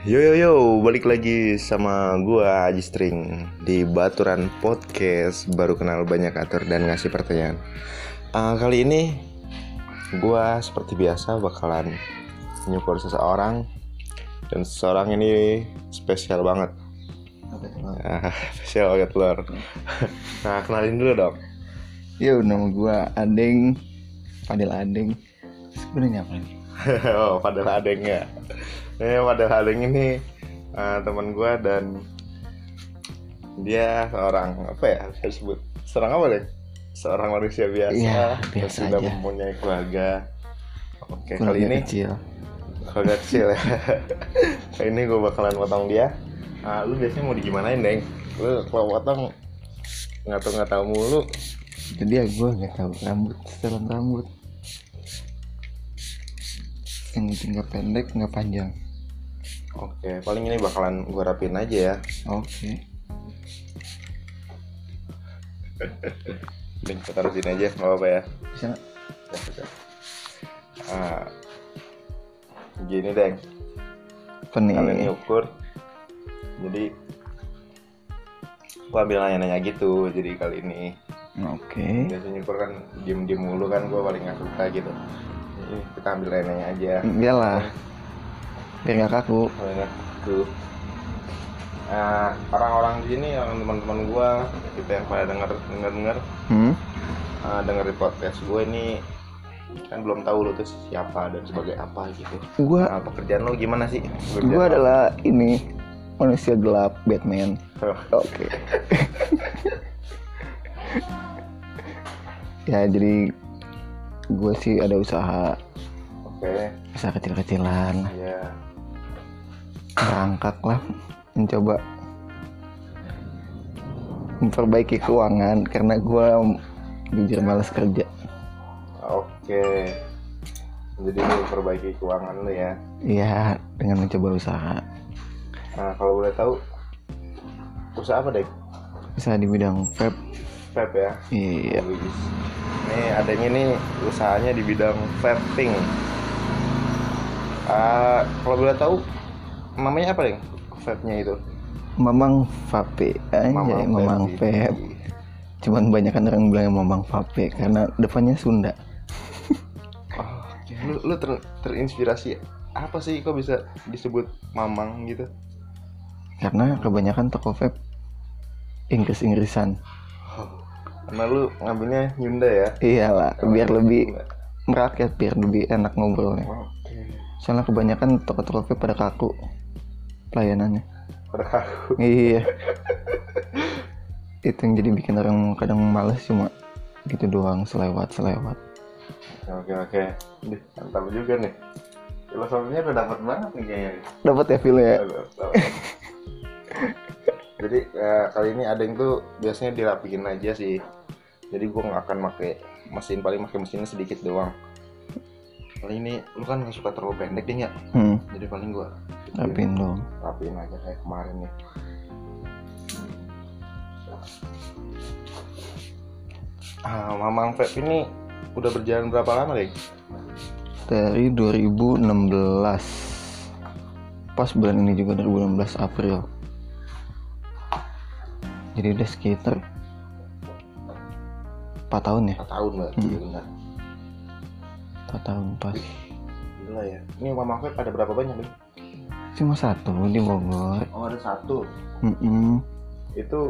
Yo yo yo, balik lagi sama gua Aji String di Baturan Podcast. Baru kenal banyak atur dan ngasih pertanyaan. Kali ini gua seperti biasa bakalan nyukur seseorang. Dan seseorang ini spesial banget. Spesial banget lor. Nah, kenalin dulu dong. Yo, nama gue Adeng, Fadil Adeng. Sebenarnya apa nih? Oh, Fadil Adeng ya. Fadil Adeng ini teman gue dan dia seorang apa ya? Saya sebut seorang apa deh? Seorang manusia biasa, Iya, yang biasa sudah aja. mempunyai keluarga. Oke, Keluarga kali ini kecil. keluarga kecil ya. Kali ini gue bakalan potong dia. Lu biasanya mau digimanain, Deng? Lu kalau potong nggak tahu mulu. Jadi ya gue nggak tahu setelan rambut. Yang penting nggak pendek, nggak panjang. Oke, paling ini bakalan gue rapin aja ya. Oke. Deng, kita taruh sini aja, nggak apa-apa ya. Bisa nggak? Bisa. Gini, Deng. Apa nih? Kalian ini ukur. Jadi gua ambil nanya-nanya gitu. Jadi kali ini Oke. biasanya ukur kan diem-diem mulu kan, gua paling nggak suka gitu. Jadi kita ambil nanya aja. Enggak lah. Biar nggak kaku. Paling nggak gitu. Orang-orang di sini, orang teman-teman gua gitu yang pada denger dengerin podcast gue ini kan belum tahu lu tuh siapa dan sebagai apa gitu. Gue Pekerjaan lo gimana sih? gue adalah ini manusia gelap Batman. Oh. Oke. Ya jadi gue sih ada usaha Oke, kecil-kecilan, ya. merangkak lah, mencoba memperbaiki keuangan karena gue jujur malas kerja. Oke. Jadi lu perbaiki keuangan lu ya. Iya, dengan mencoba usaha Kalau boleh tahu usaha apa, Dek? usaha di bidang vape. Vape ya. Iya, Wis. Nih adanya nih usahanya di bidang vaping. Kalau boleh tahu namanya apa, Dek? Vape-nya itu. Mamang Vape aja, Mamang Vape. Cuman banyakan orang bilang Mamang Vape karena depannya Sunda. Lu terinspirasi apa sih kok bisa disebut Mamang gitu? Karena kebanyakan toko vape Inggris-Inggrisan. Karena lu ngambilnya Hyundai ya. Iyalah, biar lebih merakyat, biar lebih enak ngobrolnya. Oke. Soalnya kebanyakan toko-toko vape pada kaku pelayanannya. Pada kaku. Iya. Itu yang jadi bikin orang kadang males, cuma gitu doang, selewat. Oke. Mantap juga nih. Filosofinya udah dapat banget nih kayaknya. Dapat ya feel-nya. Dapat. Jadi kali ini Adeng tuh biasanya dirapiin aja sih. Jadi gua nggak akan pakai mesin, paling pakai mesinnya sedikit doang. Kali ini lu kan nggak suka terlalu pendek deh ya. Jadi paling gua Rapiin dong. rapiin aja kayak kemarin nih. Mamang Vape ini udah berjalan berapa lama, Deng? Dari 2016. Pas bulan ini juga 2016 April. Jadi udah sekitar 4 tahun ya? 4 tahun berarti benar. 4 tahun pas. Gila ya. Ini Mamang Vape ada berapa banyak, Deng? Cuma satu di Bogor. Oh, ada satu. Itu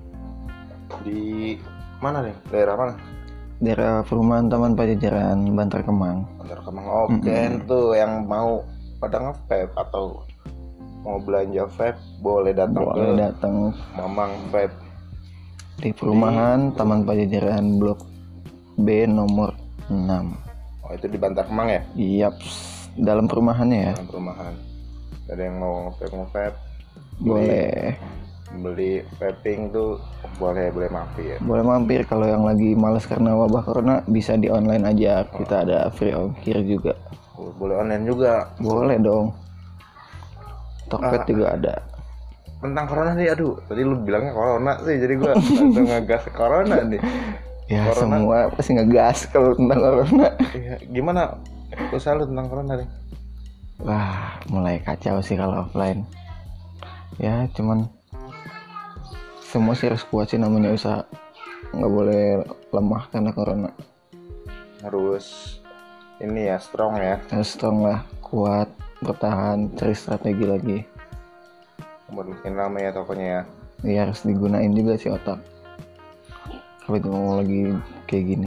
di mana nih? Daerah mana? Daerah perumahan Taman Pajajaran, Bantar Kemang. Bantar Kemang. Oke, tuh yang mau pada nge-vape atau mau belanja vape boleh datang Boleh ke datang Mamang Vape di perumahan Taman Pajajaran Blok B nomor 6. Oh, itu di Bantar Kemang ya? Yaps, dalam perumahannya ya. Dalam perumahan. Ada yang mau nge-vape Boleh. beli vaping tuh boleh mampir. Boleh mampir. Kalau yang lagi males karena wabah corona bisa di online aja. Kita ada free ongkir juga. Boleh online juga. Boleh dong. Tokped juga ada. Tentang corona nih, aduh tadi lu bilangnya corona sih, jadi gua langsung ngegas corona nih. Ya Corona. semua pasti ngegas kalau tentang corona. Iya, gimana usaha lu tentang corona nih? Wah, mulai kacau sih kalau offline. Ya, cuman semua sih harus kuat sih, namanya usaha. Nggak boleh lemah karena corona. Harus ini ya, strong ya. Harus strong lah, kuat, bertahan, cari strategi lagi. Buat makin rame ya tokonya ya. Iya, harus digunain juga sih otak. Kalau itu mau lagi kayak gini.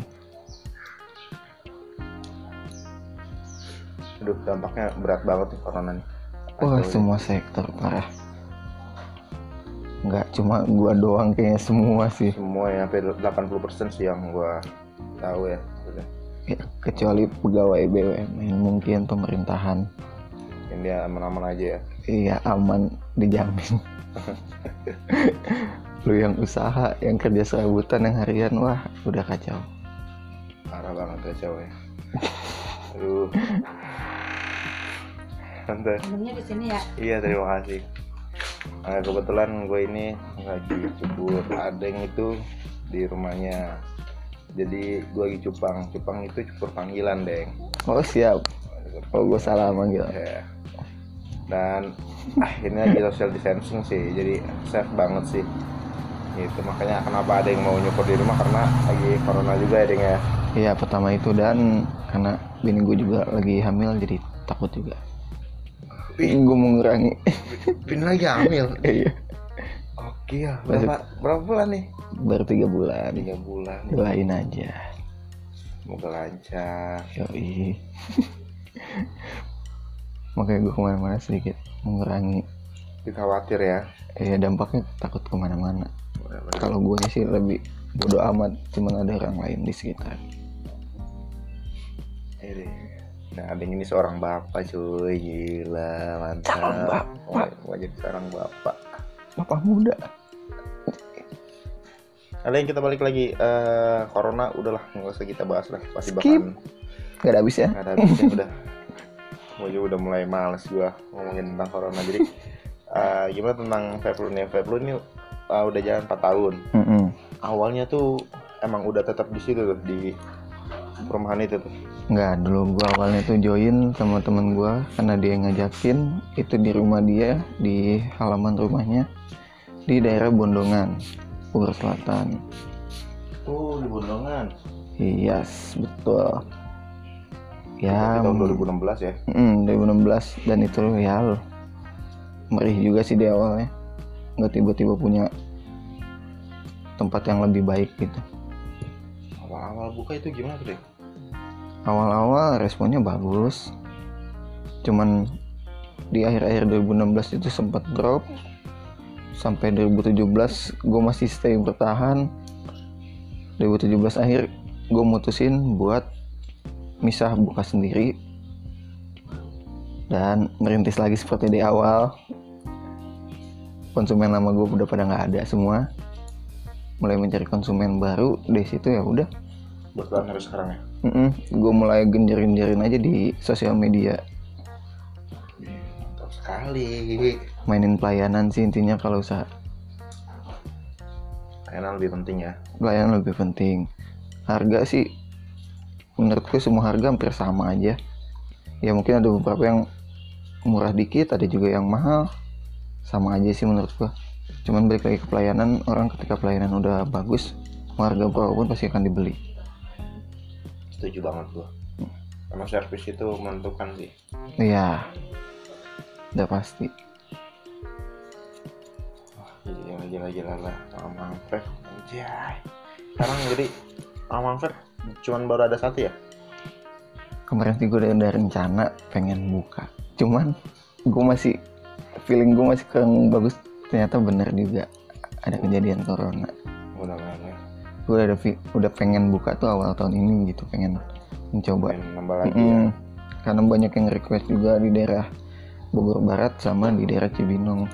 Aduh, dampaknya berat banget nih corona nih. Wah, semua sektor parah. Nggak cuma gua doang, kayaknya semua sih. Semua ya, sampai 80% sih yang gua tahu ya. Udah. Ya, kecuali pegawai BUMN, mungkin pemerintahan. Mungkin dia aman-aman aja ya. Iya, aman, dijamin. Lu yang usaha, yang kerja serabutan, yang harian, wah udah kacau. Parah banget ya cewek. Aduh. Tante. Temennya di sini ya. Iya, terima kasih. Nah, kebetulan gue ini lagi cukur adeng itu di rumahnya. Jadi gue lagi cupang itu cukur panggilan, Deng. Oh siap. Oh gue salah manggil. Ya. Dan ini lagi social distancing sih, jadi safe banget sih. Gitu, makanya kenapa ada yang mau nyukur di rumah, karena lagi corona juga ya, Deng ya. Iya, pertama itu, dan karena bini gue juga lagi hamil, jadi takut juga. Gue mengurangi. Bini lagi hamil. Iya. Oke ya. Berapa bulan nih? Baru 3 bulan. 3 bulan. Doain aja. Semoga lancar. Yoi. Makanya gue kemana-mana sedikit mengurangi. Kita khawatir ya. Iya, dampaknya takut kemana-mana. Kalau gue sih lebih bodo amat, cuman ada orang lain di sekitar. Nah, Ading ini seorang bapak cuy, gila, mantap. Calon bapak. Mau jadi seorang bapak. Bapak muda. Ada yang kita balik lagi, corona udahlah, nggak usah kita bahas lah, pasti Skip. bahkan Gak ada habis ya? nggak ada habisnya udah. Gue juga udah mulai males gua ngomongin tentang corona. Jadi gimana tentang vape lu nih? Vape lu ini udah jalan 4 tahun. Awalnya tuh emang udah tetap di situ tuh, di perumahan itu tuh. Enggak, dulu gua awalnya tuh join sama temen gua karena dia ngajakin. Itu di rumah dia, di halaman rumahnya, di daerah Bondongan, Bogor Selatan. Oh, di Bondongan. Yes, betul. Ya, Tahun 2016 ya. 2016, dan itu ya merih juga sih di awalnya. Nggak tiba-tiba punya tempat yang lebih baik gitu. Awal-awal buka itu gimana tuh deh? Awal-awal responnya bagus, cuman di akhir-akhir 2016 itu sempat drop. Sampai 2017 gue masih stay bertahan. 2017 akhir gue mutusin buat misah, buka sendiri dan merintis lagi seperti di awal. Konsumen lama gue udah pada nggak ada semua, mulai mencari konsumen baru. Dari situ ya udah Bertahan harus sekarang ya. Gue mulai genjer-genjerin aja di sosial media. Mantap sekali. Mainin pelayanan sih intinya kalau usaha. Pelayanan lebih penting ya. Pelayanan lebih penting. Harga sih menurutku semua harga hampir sama aja. Ya mungkin ada beberapa yang murah dikit, ada juga yang mahal. Sama aja sih menurutku. Cuman balik lagi ke pelayanan. Orang ketika pelayanan udah bagus, harga berapapun pasti akan dibeli. Setuju banget gua. Emang servis itu menentukan sih. Iya, udah pasti. Gila lah, Mamang Vape, anjay. Sekarang jadi Mamang Vape cuman baru ada 1 ya? Kemarin sih gue udah ada rencana pengen buka, cuman gue masih feeling gue masih kurang bagus. Ternyata bener juga ada kejadian corona. Mudah-mudahan. Gue udah pengen buka tuh awal tahun ini gitu, pengen mencoba. Pengen nambah lagi ya. Karena banyak yang request juga di daerah Bogor Barat sama di daerah Cibinong.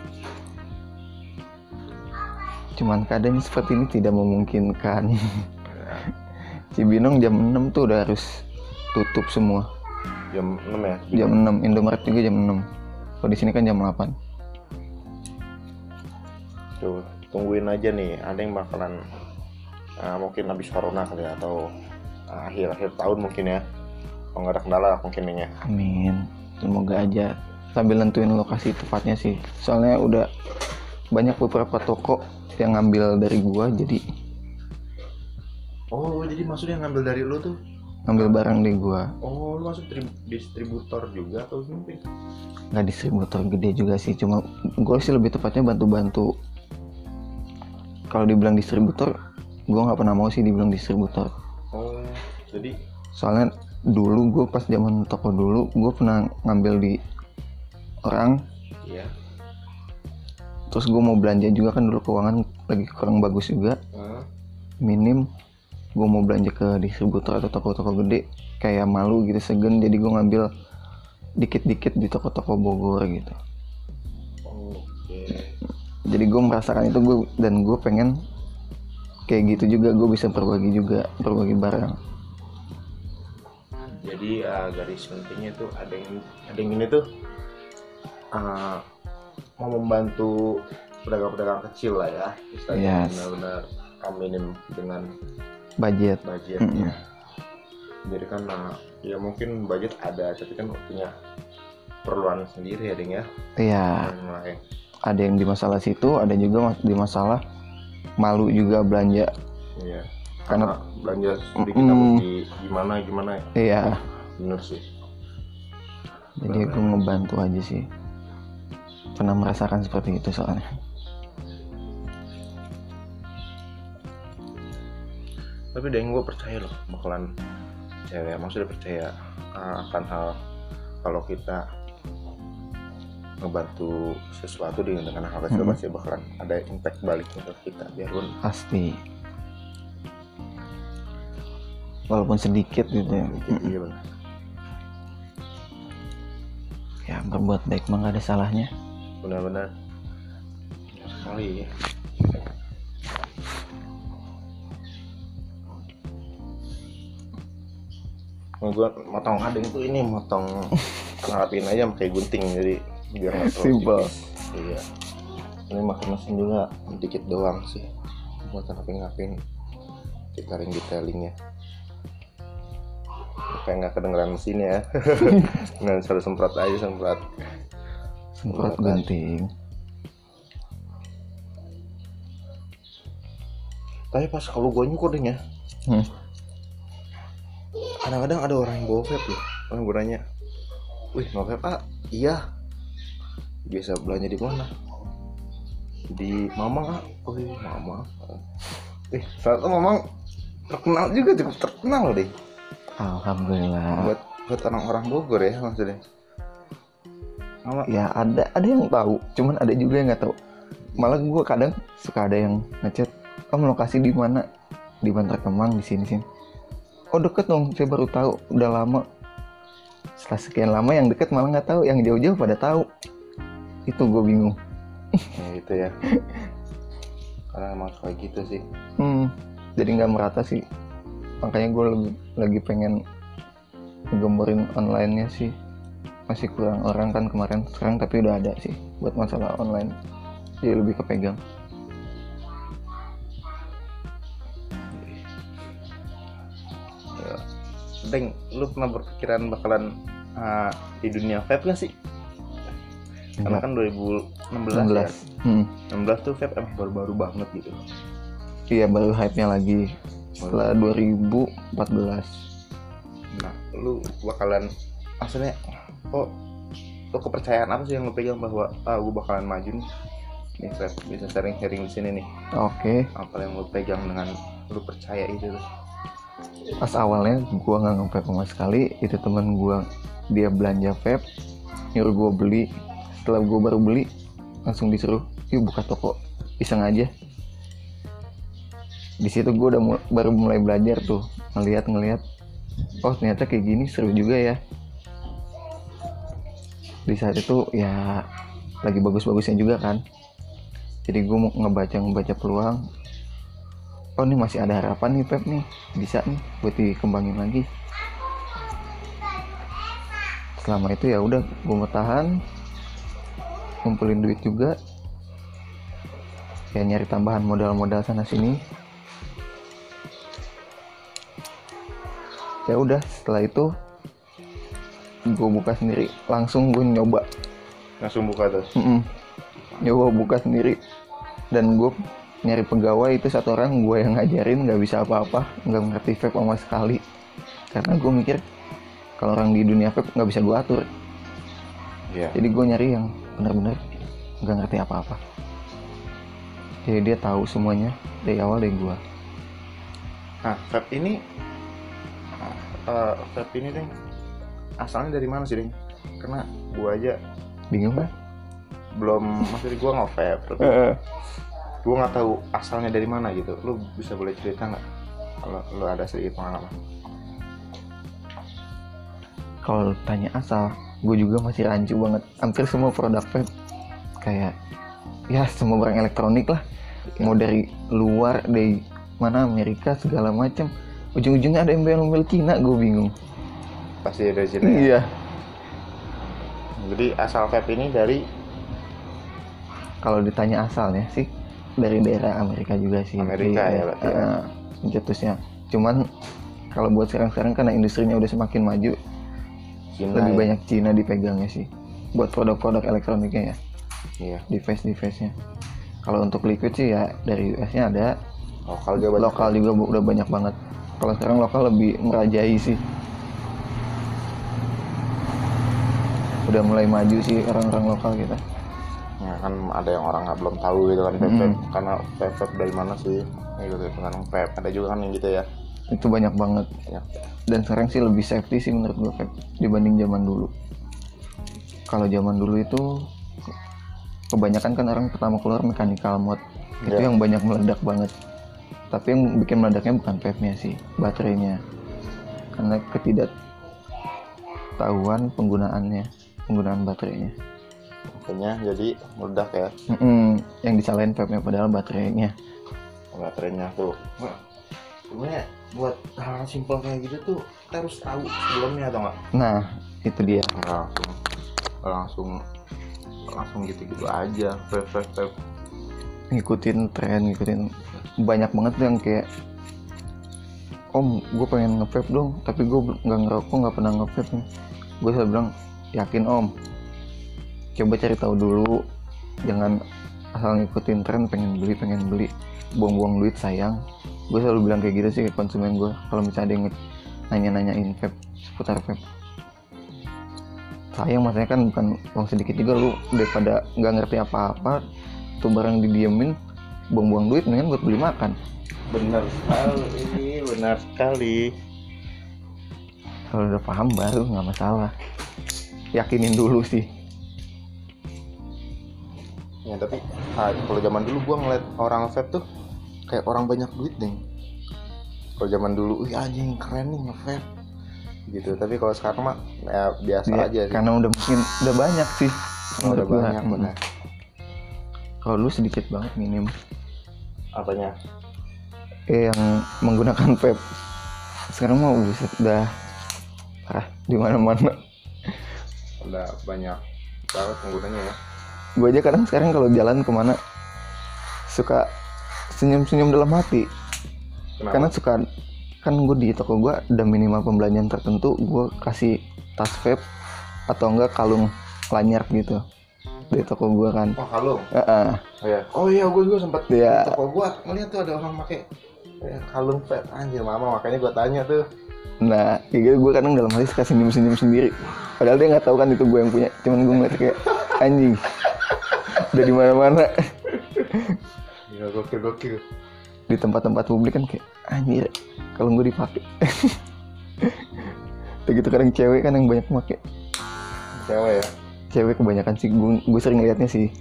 Cuman keadaan seperti ini tidak memungkinkan. Cibinong jam 6 tuh udah harus tutup semua. Jam 6 ya? Jam 6, Indomaret juga jam 6. Kalau di sini kan jam 8. Tuh, tungguin aja nih, ada yang bakalan mungkin habis corona kali ya, atau akhir tahun mungkin ya. Kalau nggak ada kendala mungkin ya. Amin. semoga aja, sambil nentuin lokasi tepatnya sih, soalnya udah banyak beberapa toko yang ngambil dari gua, jadi Oh, jadi maksudnya ngambil dari lu tuh? ngambil barang di gua. Oh, lu masuk distributor juga atau gimana? Nggak distributor gede juga sih, cuma gua sih lebih tepatnya bantu-bantu. Kalau dibilang distributor, gua nggak pernah mau sih dibilang distributor. Oh, jadi Soalnya dulu gue pas zaman toko dulu, gue pernah ngambil di orang, iya. terus gue mau belanja juga kan, dulu keuangan lagi kurang bagus juga, minim. Gue mau belanja ke distributor atau toko-toko gede, kayak malu gitu, segen, jadi gue ngambil dikit-dikit di toko-toko Bogor gitu. Oke. Jadi gue merasakan itu, dan gue pengen kayak gitu juga, gue bisa berbagi barang. Jadi garis pentingnya tuh ada yang ini tuh mau membantu pedagang-pedagang kecil lah ya, istilahnya. Yes. Benar-benar minim dengan Budgetnya. Jadi kan ya mungkin budget ada, tapi kan punya perluan sendiri ya Ding ya. Iya. Ada yang di masalah situ, ada juga di masalah malu juga belanja. Iya. Karena belanja sedikit apa gimana ya. Iya. Bener sih. Jadi gue ngebantu aja sih. Pernah merasakan seperti itu soalnya. Tapi Deng, gue percaya loh bakalan cewek, maksudnya percaya akan hal kalau kita ngebantu sesuatu dengan hal kecil pasti bakalan ada impact baliknya ke kita, biarpun pasti, walaupun sedikit gitu ya. Iya benar. Ya berbuat baik mah gak ada salahnya. Benar-benar sekali ya. Gue motong ading tuh ini motong ngelapin aja pakai gunting, jadi biar nggak terlalu Simple. Iya. Ini makin mesin juga dikit doang sih buat ngapin kita detailingnya kayak nggak kedengeran mesinnya ya. Nggak selalu semprot gunting. Tapi pas kalau gue nyukur deh ya, kadang-kadang ada orang yang bawa vape loh. Orang gue nanya, wih mau vape? Iya. Biasa belanja di mana? Di Mamang. Wih Mamang. Ternyata Mamang terkenal juga, cukup terkenal deh. Alhamdulillah. Buat orang-orang Bogor ya maksudnya. Ya ada yang tahu, cuman ada juga yang nggak tahu. Malah gue kadang suka ada yang ngechat, lokasi di mana? Di Bantar Kemang, di sini. Oh deket dong, saya baru tahu, udah lama. Setelah sekian lama yang deket malah nggak tahu, yang jauh-jauh pada tahu. Itu gue bingung. Ya gitu ya. Karena emang kayak gitu sih. Jadi nggak merata sih. Makanya gue lagi pengen ngegambarin online-nya sih. Masih kurang orang kan kemarin, sekarang tapi udah ada sih buat masalah online. Jadi lebih kepegang. Deng, lu pernah berpikiran bakalan di dunia vape gak sih? Karena kan 2016 ya. 16 tuh vape emang baru-baru banget gitu. Iya, baru hype-nya lagi setelah 2014. Nah, lu bakalan maksudnya lu kepercayaan apa sih yang lu pegang bahwa gue bakalan maju nih vape, bisa sharing-sharing di sini nih. Oke. Apa yang lu pegang dengan lu percaya itu tuh? Pas awalnya gue nggak nge-vape sama sekali, itu teman gue dia belanja vape, nyuruh gue beli. Setelah gue baru beli, langsung disuruh, yuk buka toko, iseng aja. Di situ gue udah baru mulai belajar tuh, ngelihat, oh ternyata kayak gini seru juga ya. Di saat itu ya lagi bagus-bagusnya juga kan, jadi gue mau ngebaca peluang. Oh nih masih ada harapan nih vape nih, bisa nih buat dikembangin lagi. Selama itu ya udah gue mau tahan, ngumpulin duit juga, ya nyari tambahan modal sana sini. Ya udah setelah itu gue buka sendiri, langsung gue nyoba. Langsung buka tuh. Nyoba buka sendiri, dan gue nyari pegawai itu satu orang, gue yang ngajarin, nggak bisa apa-apa, nggak ngerti vape sama sekali. Karena gue mikir kalau orang di dunia vape nggak bisa gue atur. Iya. Jadi gue nyari yang benar-benar nggak ngerti apa-apa. Jadi dia tahu semuanya dari awal dari gue. Nah, vape ini Deng, asalnya dari mana sih, Deng? Karena gue aja Bingung kan? belum, maksudnya gue nge-vape, tapi gue nggak tahu asalnya dari mana gitu. Lu bisa boleh cerita nggak kalau lu ada sedikit pengalaman? Kalau tanya asal, gue juga masih rancu banget. Hampir semua produk vape kayak ya semua barang elektronik lah, mau dari luar, dari mana, Amerika segala macam, ujung-ujungnya ada embel-embel Cina. Gue bingung. Pasti dari Cina ya? Iya. Jadi asal vape ini dari, Kalau ditanya asalnya sih dari daerah Amerika juga sih. Amerika ya, berarti ya? Pencetusnya. Cuman kalau buat sekarang karena industrinya udah semakin maju, Cina lebih ya? banyak Cina dipegangnya sih. Buat produk-produk elektroniknya ya, Iya. device-nya. Kalau untuk liquid sih ya dari US-nya ada, Lokal juga banyak. lokal juga udah banyak banget. Kalau sekarang lokal lebih merajai sih. Udah mulai maju sih orang-orang lokal kita. Ya kan ada yang orang nggak belum tahu gitu kan vape, karena vape dari mana sih gitu kan vape. Ada juga kan yang gitu ya. Itu banyak banget. Ya. Dan sekarang sih lebih safety sih menurut gue vape dibanding zaman dulu. Kalau zaman dulu itu kebanyakan kan orang pertama keluar mechanical mode, itu Ya. yang banyak meledak banget. Tapi yang bikin meledaknya bukan vape-nya sih, baterainya. Karena ketidaktahuan penggunaan baterainya. Makanya jadi meledak ya Yang disalahin vape-nya padahal baterainya. baterainya tuh. Nah, sebenarnya buat hal simpel kayak gitu tuh kita harus tahu sebelumnya atau nggak? Nah, itu dia. Langsung gitu aja vape. Ngikutin tren, banyak banget tuh yang kayak, Om, gue pengen nge-vape dong, tapi gue nggak ngerokok, nggak pernah nge-vape nih. Gue selalu bilang, yakin Om, coba cari tahu dulu, jangan asal ngikutin tren, pengen beli, buang-buang duit sayang. Gue selalu bilang kayak gitu sih ke konsumen gue, kalau misalnya ada yang nanya-nanyain vape, seputar vape. Sayang, maksudnya kan bukan uang sedikit juga, lu daripada nggak ngerti apa-apa, tuh barang didiemin, buang-buang duit, mendingan buat beli makan. Benar sekali. Kalau udah paham baru nggak masalah, yakinin dulu sih. Ya tapi kalau zaman dulu gua ngeliat orang vape tuh kayak orang banyak duit deh. Kalau zaman dulu, anjing keren nih nge-vape gitu. Tapi kalau sekarang mah ya biasa aja sih. Karena udah mungkin udah banyak sih. Udah banyak benar. Kalau lu sedikit banget minim. Apanya? Yang menggunakan vape. Sekarang mah udah parah di mana-mana. Udah banyak banget penggunanya ya. Gue aja kadang sekarang kalau jalan kemana suka senyum-senyum dalam hati. Kenapa? Karena suka, kan gue di toko gue ada minimal pembelanjaan tertentu, gue kasih tas vape atau enggak kalung lanyard gitu di toko gue kan. Oh kalung? Oh iya gue juga sempat di toko gue ngeliat tuh ada orang pakai kalung vape. Anjir mama, makanya gue tanya tuh. Nah kayak gitu gue kadang dalam hati suka senyum-senyum sendiri, padahal dia nggak tahu kan itu gue yang punya, cuman gue ngeliat kayak anjing dari mana-mana. Ya gokil. Di tempat-tempat publik kan kayak anjir kalau gue dipakai. Begitu kadang cewek kan yang banyak pakai. Cewek ya? Cewek kebanyakan sih, gue sering liatnya sih.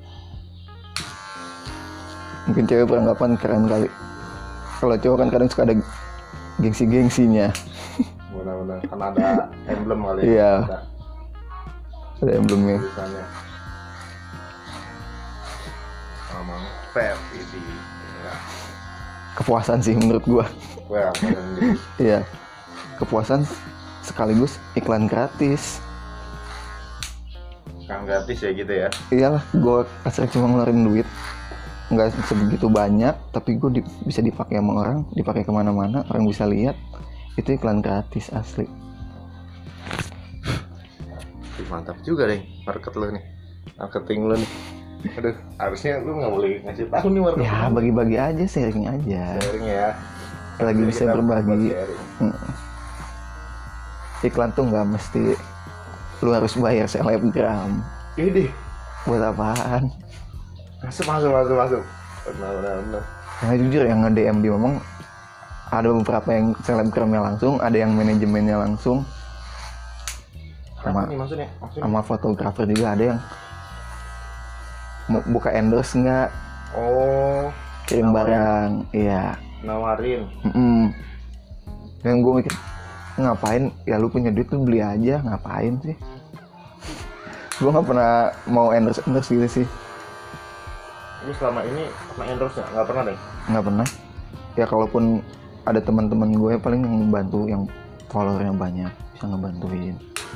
Mungkin cewek peranggapan keren kali. Kalau cowok kan kadang suka ada gengsi-gengsinya. Benar-benar kan ada emblem kali ya. Iya. Ada emblemnya. Tulisannya. Sama vape ini. Ya. Kepuasan sih menurut gue. Well, Iya. Kepuasan sekaligus iklan gratis. Kan gratis ya gitu ya. Iyalah, gue kasar cuma ngeluarin duit nggak sebegitu banyak, tapi gue bisa dipakai sama orang, dipakai kemana-mana, orang bisa lihat, itu iklan gratis asli. Mantap juga deh market lo nih, marketing lo nih. Aduh, harusnya lu nggak boleh ngasih tahu nih marketing. Ya bagi-bagi aja, sharing aja. Sharing ya. Lagi Jadi bisa kita berbagi. sharing. Iklan tuh nggak mesti lu harus bayar selebgram. Ini Buat apaan? masuk. Benar. Nah jujur yang nge-DM dia ngomong ada beberapa yang selebgramnya langsung, ada yang manajemennya langsung. Apa nih maksudnya? Sama fotografer juga ada yang mau buka endorse nggak, Oh, kirim barang, iya. nawarin. Dan gue mikir ngapain ya, lu punya duit tuh beli aja, ngapain sih. Gue nggak pernah mau endorse gitu sih, Lu selama ini pernah endorse nggak pernah deh? nggak pernah. Ya kalaupun ada teman-teman gue paling yang membantu, yang followernya banyak bisa ngebantuin.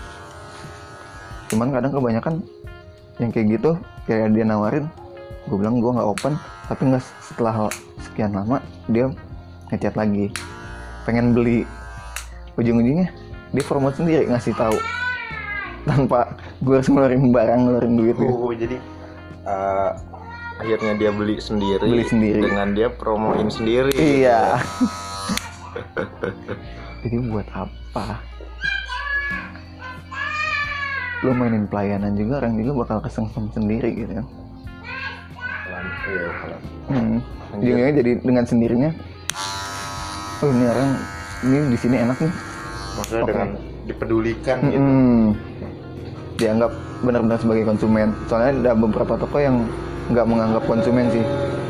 Cuman kadang kebanyakan yang kayak gitu, kayak dia nawarin, gue bilang gue nggak open, tapi nggak, setelah sekian lama dia ngechat lagi pengen beli, ujung-ujungnya dia promote sendiri ngasih tahu tanpa gue harus ngeluarin barang, ngeluarin duit gitu. Oh, jadi akhirnya dia beli sendiri dengan dia promoin sendiri. Iya. Jadi buat apa lu mainin pelayanan juga, orang juga bakal kesengsem sendiri gitu kan. Iya. Ujungnya jadi dengan sendirinya, oh ini orang ini di sini enak nih, Maksudnya Oke. dengan dipedulikan gitu. Dianggap benar-benar sebagai konsumen. Soalnya ada beberapa toko yang nggak menganggap konsumen sih.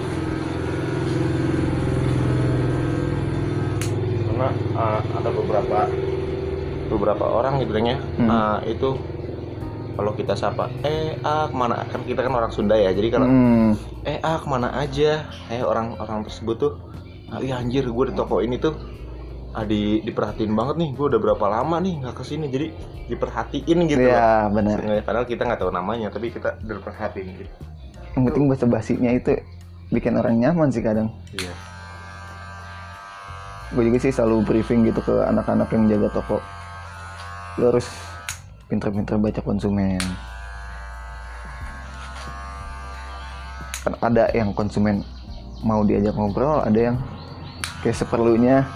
Karena ada beberapa orang gitu ya, itu kalau kita sapa, kemana, kan kita kan orang Sunda ya, jadi kalau kemana aja, orang tersebut tuh, iya anjir gue di toko ini tuh diperhatiin banget nih, gue udah berapa lama nih nggak kesini, jadi diperhatiin gitu. Iya benar. Padahal kita nggak tahu namanya, tapi kita diperhatiin gitu. Yang penting bahasa basinya itu bikin orang nyaman sih kadang. Iya. Gue juga sih selalu briefing gitu ke anak-anak yang jaga toko, lo harus pinter-pinter baca konsumen. Kan ada yang konsumen mau diajak ngobrol, ada yang kayak seperlunya.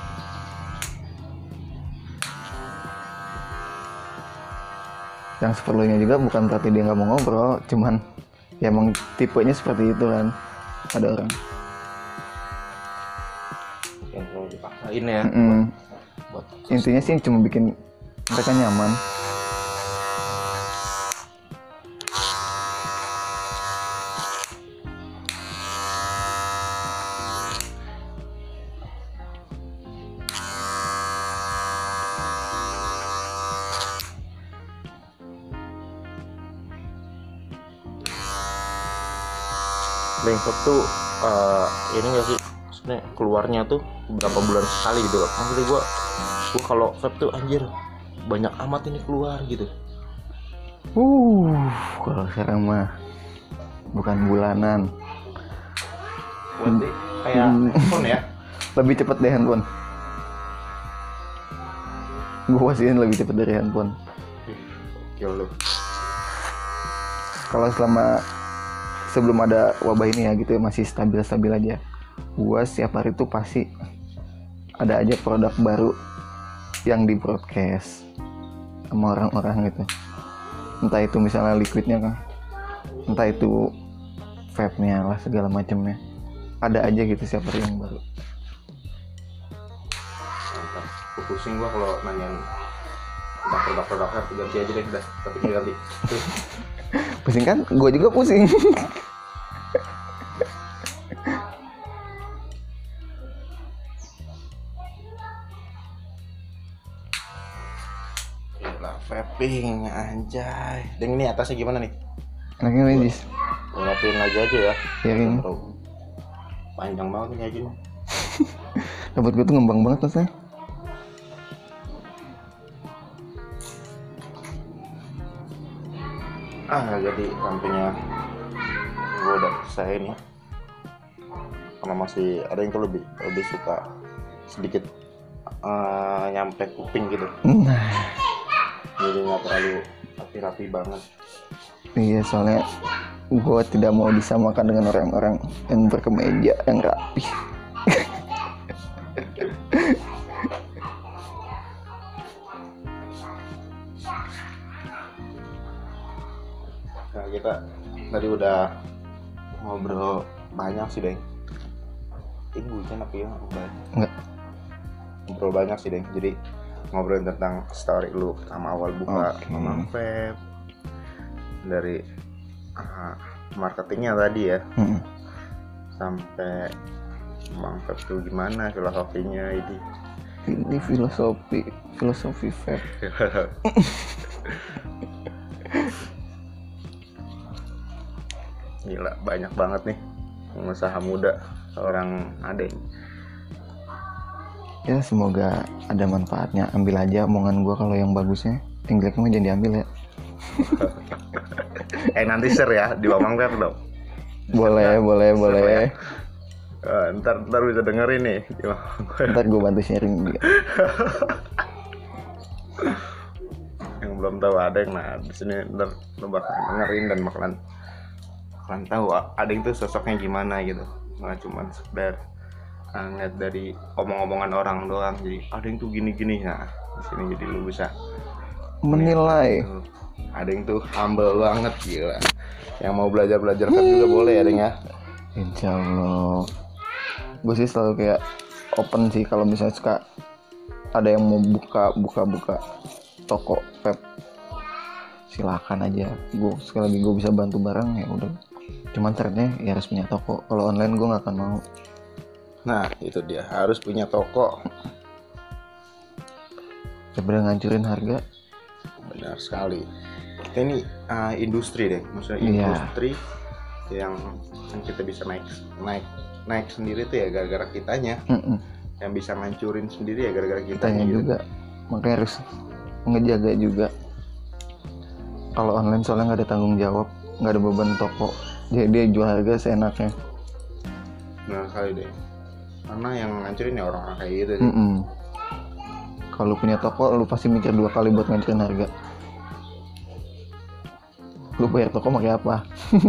Yang seperlunya juga bukan berarti dia nggak mau ngobrol, cuman ya emang tipenya seperti itu kan, ada orang. Yang kalau dipaksain ya. Buat Intinya sih cuma bikin mereka nyaman. Bangkok tuh ini nggak sih, maksudnya keluarnya tuh beberapa bulan sekali gitu loh. Maksudnya gue kalau vape tuh anjir banyak amat ini keluar gitu. Kalau sekarang mah bukan bulanan, Berarti kayak handphone ya. lebih cepet deh handphone. Gue pastiin lebih cepet dari handphone. Gila lu. Kalau selama sebelum ada wabah ini ya gitu ya, masih stabil-stabil aja. Gua setiap hari tuh pasti ada aja produk baru yang di broadcast sama orang-orang gitu. Entah itu misalnya liquidnya kan, entah itu vape-nya lah, segala macamnya. Ada aja gitu setiap hari yang baru. Mantap. Gue pusing gua kalau nanyain tentang produk-produknya, ganti aja deh udah, tapi ganti. Pusing kan? Gue juga pusing. Gila, vaping anjay. Dan ini atasnya gimana nih? Enaknya medis. Gue rapiin lagi aja ya. Piring. Panjang banget nih kayak gini. Rambut gue tuh ngembang banget rasanya. Jadi sampingnya gue udah selesai nih, karena masih ada yang tuh lebih suka sedikit nyampe kuping gitu, Nah, jadi nggak terlalu, tapi rapi banget. Iya, soalnya gue tidak mau disamakan dengan orang-orang yang berkemeja yang rapi. Nah, kita tadi udah ngobrol banyak sih, Deng. Hujan apa ya? Enggak. Ngobrol banyak sih, Deng. Jadi ngobrolin tentang story lu sama awal buka Mamang Vape, dari marketingnya tadi ya, sampai Mamang Vape tuh gimana filosofinya ini filosofi vape. Gila, banyak banget nih pengusaha muda orang Adeng. Ya semoga ada manfaatnya. Ambil aja omongan gue kalau yang bagusnya, yang jeleknya mah jangan diambil ya. Nanti share ya di Mamang Vape dong. Boleh. Ya. Ntar bisa dengerin nih. Ntar gue bantu sharing juga. Yang belum tahu Adeng, nah di sini ntar lo bakal dengerin dan bakalan tahu Adeng tuh sosoknya gimana gitu. Nggak cuma sekedar ngeliat dari omong-omongan orang doang. Jadi Adeng tuh gini-gini. Nah di sini jadi lu bisa menilai. Adeng tuh humble banget, gila. Yang mau belajar vape juga boleh ya, Adeng ya. Insya Allah. Gue sih selalu kayak open sih kalau misalnya suka ada yang mau buka toko vape, silakan aja. Gue sekali lagi gue bisa bantu barang ya udah. Cuman syaratnya ya harus punya toko. Kalau online gue nggak akan mau. Nah itu dia, harus punya toko. Daripada ngancurin harga. Benar sekali. Kita ini industri deh, maksudnya industri yang kita bisa naik sendiri tuh ya gara-gara kitanya. Yang bisa ngancurin sendiri ya gara-gara kitanya juga. Makanya harus ngejaga juga. Kalau online soalnya nggak ada tanggung jawab, nggak ada beban toko, jadi dia jual harga seenaknya. Nah kali deh, karena yang ngancurin ya orang-orang kayak gitu. Kalau punya toko, lu pasti mikir 2 kali buat ngancurin harga. Lu bayar toko pakai apa?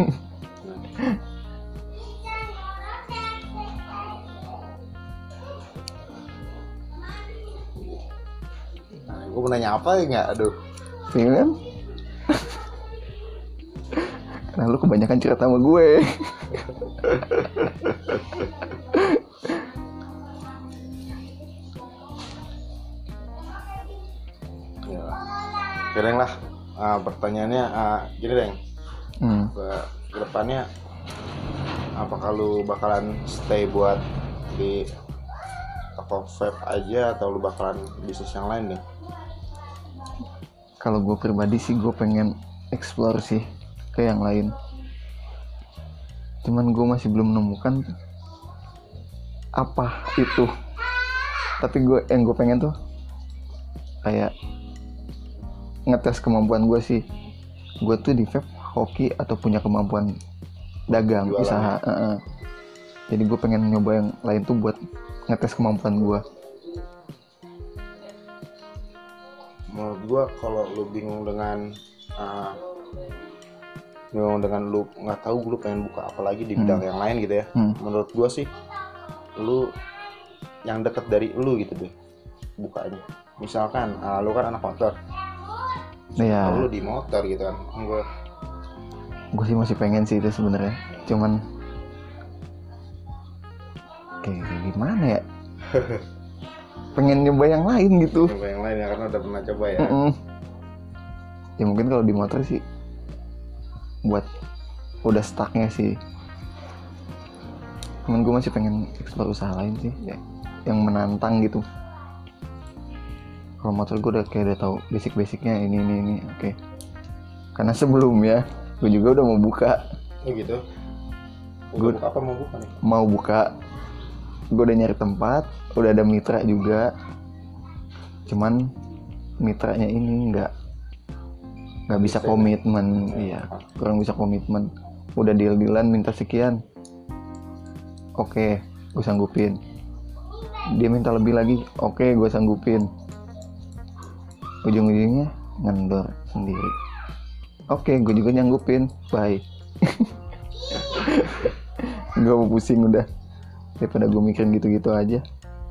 Gue mau nanya apa ya nggak? Aduh. Iya kan? Nah lu kebanyakan cerita sama gue. Ya. Keren lah. Pertanyaannya gini Deng. Ke depannya apakah lu bakalan stay buat di toko vape aja atau lu bakalan bisnis yang lain deh? Kalau gue pribadi sih gue pengen explore sih ke yang lain. Cuman gue masih belum menemukan apa itu. Tapi yang gue pengen tuh kayak ngetes kemampuan gue sih. Gue tuh di vape hoki atau punya kemampuan dagang, jualan, usaha. Jadi gue pengen nyoba yang lain tuh buat ngetes kemampuan gue. Menurut gue kalau lu bingung dengan lu nggak tahu lu pengen buka apa lagi di bidang yang lain gitu ya, menurut gue sih lu yang deket dari lu gitu deh bukanya. Misalkan lu kan anak motor, ya lu di motor gitu kan. Gue sih masih pengen sih itu sebenarnya, cuman kayak gimana ya. Pengen nyoba yang lain gitu. Nyoba yang lain ya karena udah pernah coba ya. Ya mungkin kalau di motor sih buat udah stucknya sih. Cuman gue masih pengen explore usaha lain sih ya, yang menantang gitu. Kalau motor gue udah tahu basic-basicnya ini. Oke. Karena sebelumnya gue juga udah mau buka. Oh gitu. Gue apa mau buka nih? Mau buka. Gue udah nyari tempat, udah ada mitra juga. Cuman mitranya ini nggak bisa komitmen. Iya, kurang bisa komitmen. Udah deal-dealan minta sekian. Oke, gue sanggupin. Dia minta lebih lagi. Oke, gue sanggupin. Ujung-ujungnya ngendor sendiri. Oke, gue juga nyanggupin. Bye. Gak mau pusing udah. Daripada gue mikirin gitu-gitu aja.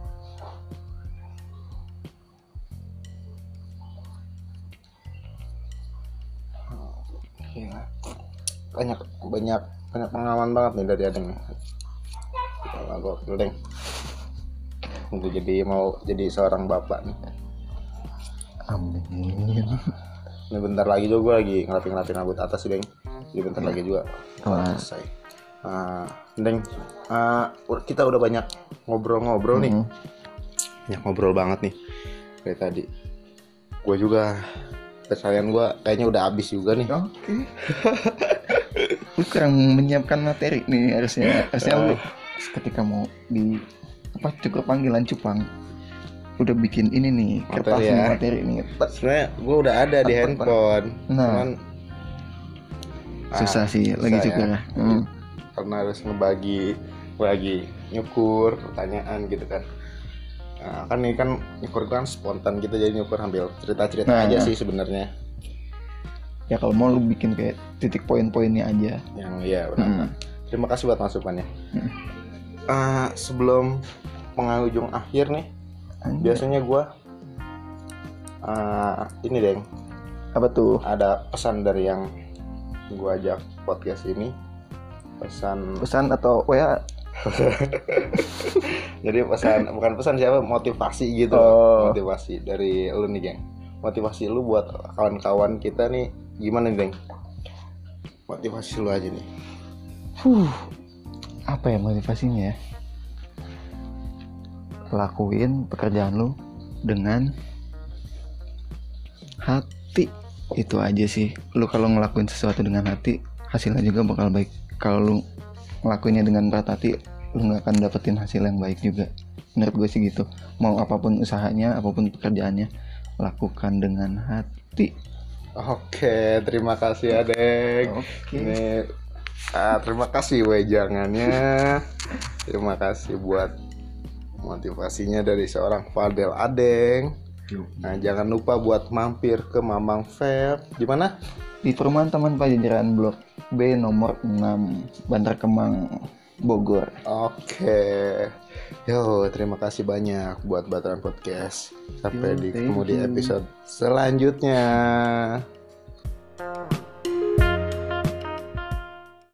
Gila. Banyak pengalaman banget nih dari Adeng. Gokil Deng. Gue mau jadi seorang bapak nih. Amin. Ini bentar lagi juga gue lagi ngelapin rambut atas sih Deng. Jadi bentar lagi juga selesai. Deng, kita udah banyak ngobrol-ngobrol nih. Banyak ngobrol banget nih kayak tadi. Gue juga kesalahan gue kayaknya udah habis juga nih. Oke. Lu kurang menyiapkan materi nih harusnya lu ketika mau di cukup panggilan cupang udah bikin ini nih kertas materi nih. Sebenarnya gue udah ada di handphone. Cuman susah sih lagi cukur ya. Karena harus ngebagi lagi nyukur pertanyaan gitu kan. Kan ini kan nyukur kan spontan gitu, jadi nyukur ambil cerita-cerita aja sih sebenarnya. Ya kalau mau lu bikin kayak titik poin-poinnya aja. Yang iya benar. Terima kasih buat masukannya. Sebelum penghujung akhir nih, biasanya gue ini Deng. Apa tuh? Ada pesan dari yang gue ajak podcast ini. Pesan atau WA? Jadi bukan pesan siapa, motivasi gitu. Motivasi dari lu nih geng. Motivasi lu buat kawan-kawan kita nih gimana nih Deng? Motivasi lu aja nih. Apa ya motivasinya ya? Lakuin pekerjaan lu dengan hati. Itu aja sih. Lu kalau ngelakuin sesuatu dengan hati, hasilnya juga bakal baik. Kalau lu ngelakuinnya dengan berat hati, lu gak akan dapetin hasil yang baik juga. Menurut gue sih gitu. Mau apapun usahanya, apapun pekerjaannya, lakukan dengan hati. Oke, terima kasih Adeng. Ini terima kasih wejangannya. Terima kasih buat motivasinya dari seorang Fadel Adeng. Nah, jangan lupa buat mampir ke Mamang Fair. Di mana? Di Perumahan Taman Pajajaran Blok B nomor 6, Bantar Kemang, Bogor. Oke. Yo, terima kasih banyak buat Baturan Podcast. Sampai ketemu di episode selanjutnya.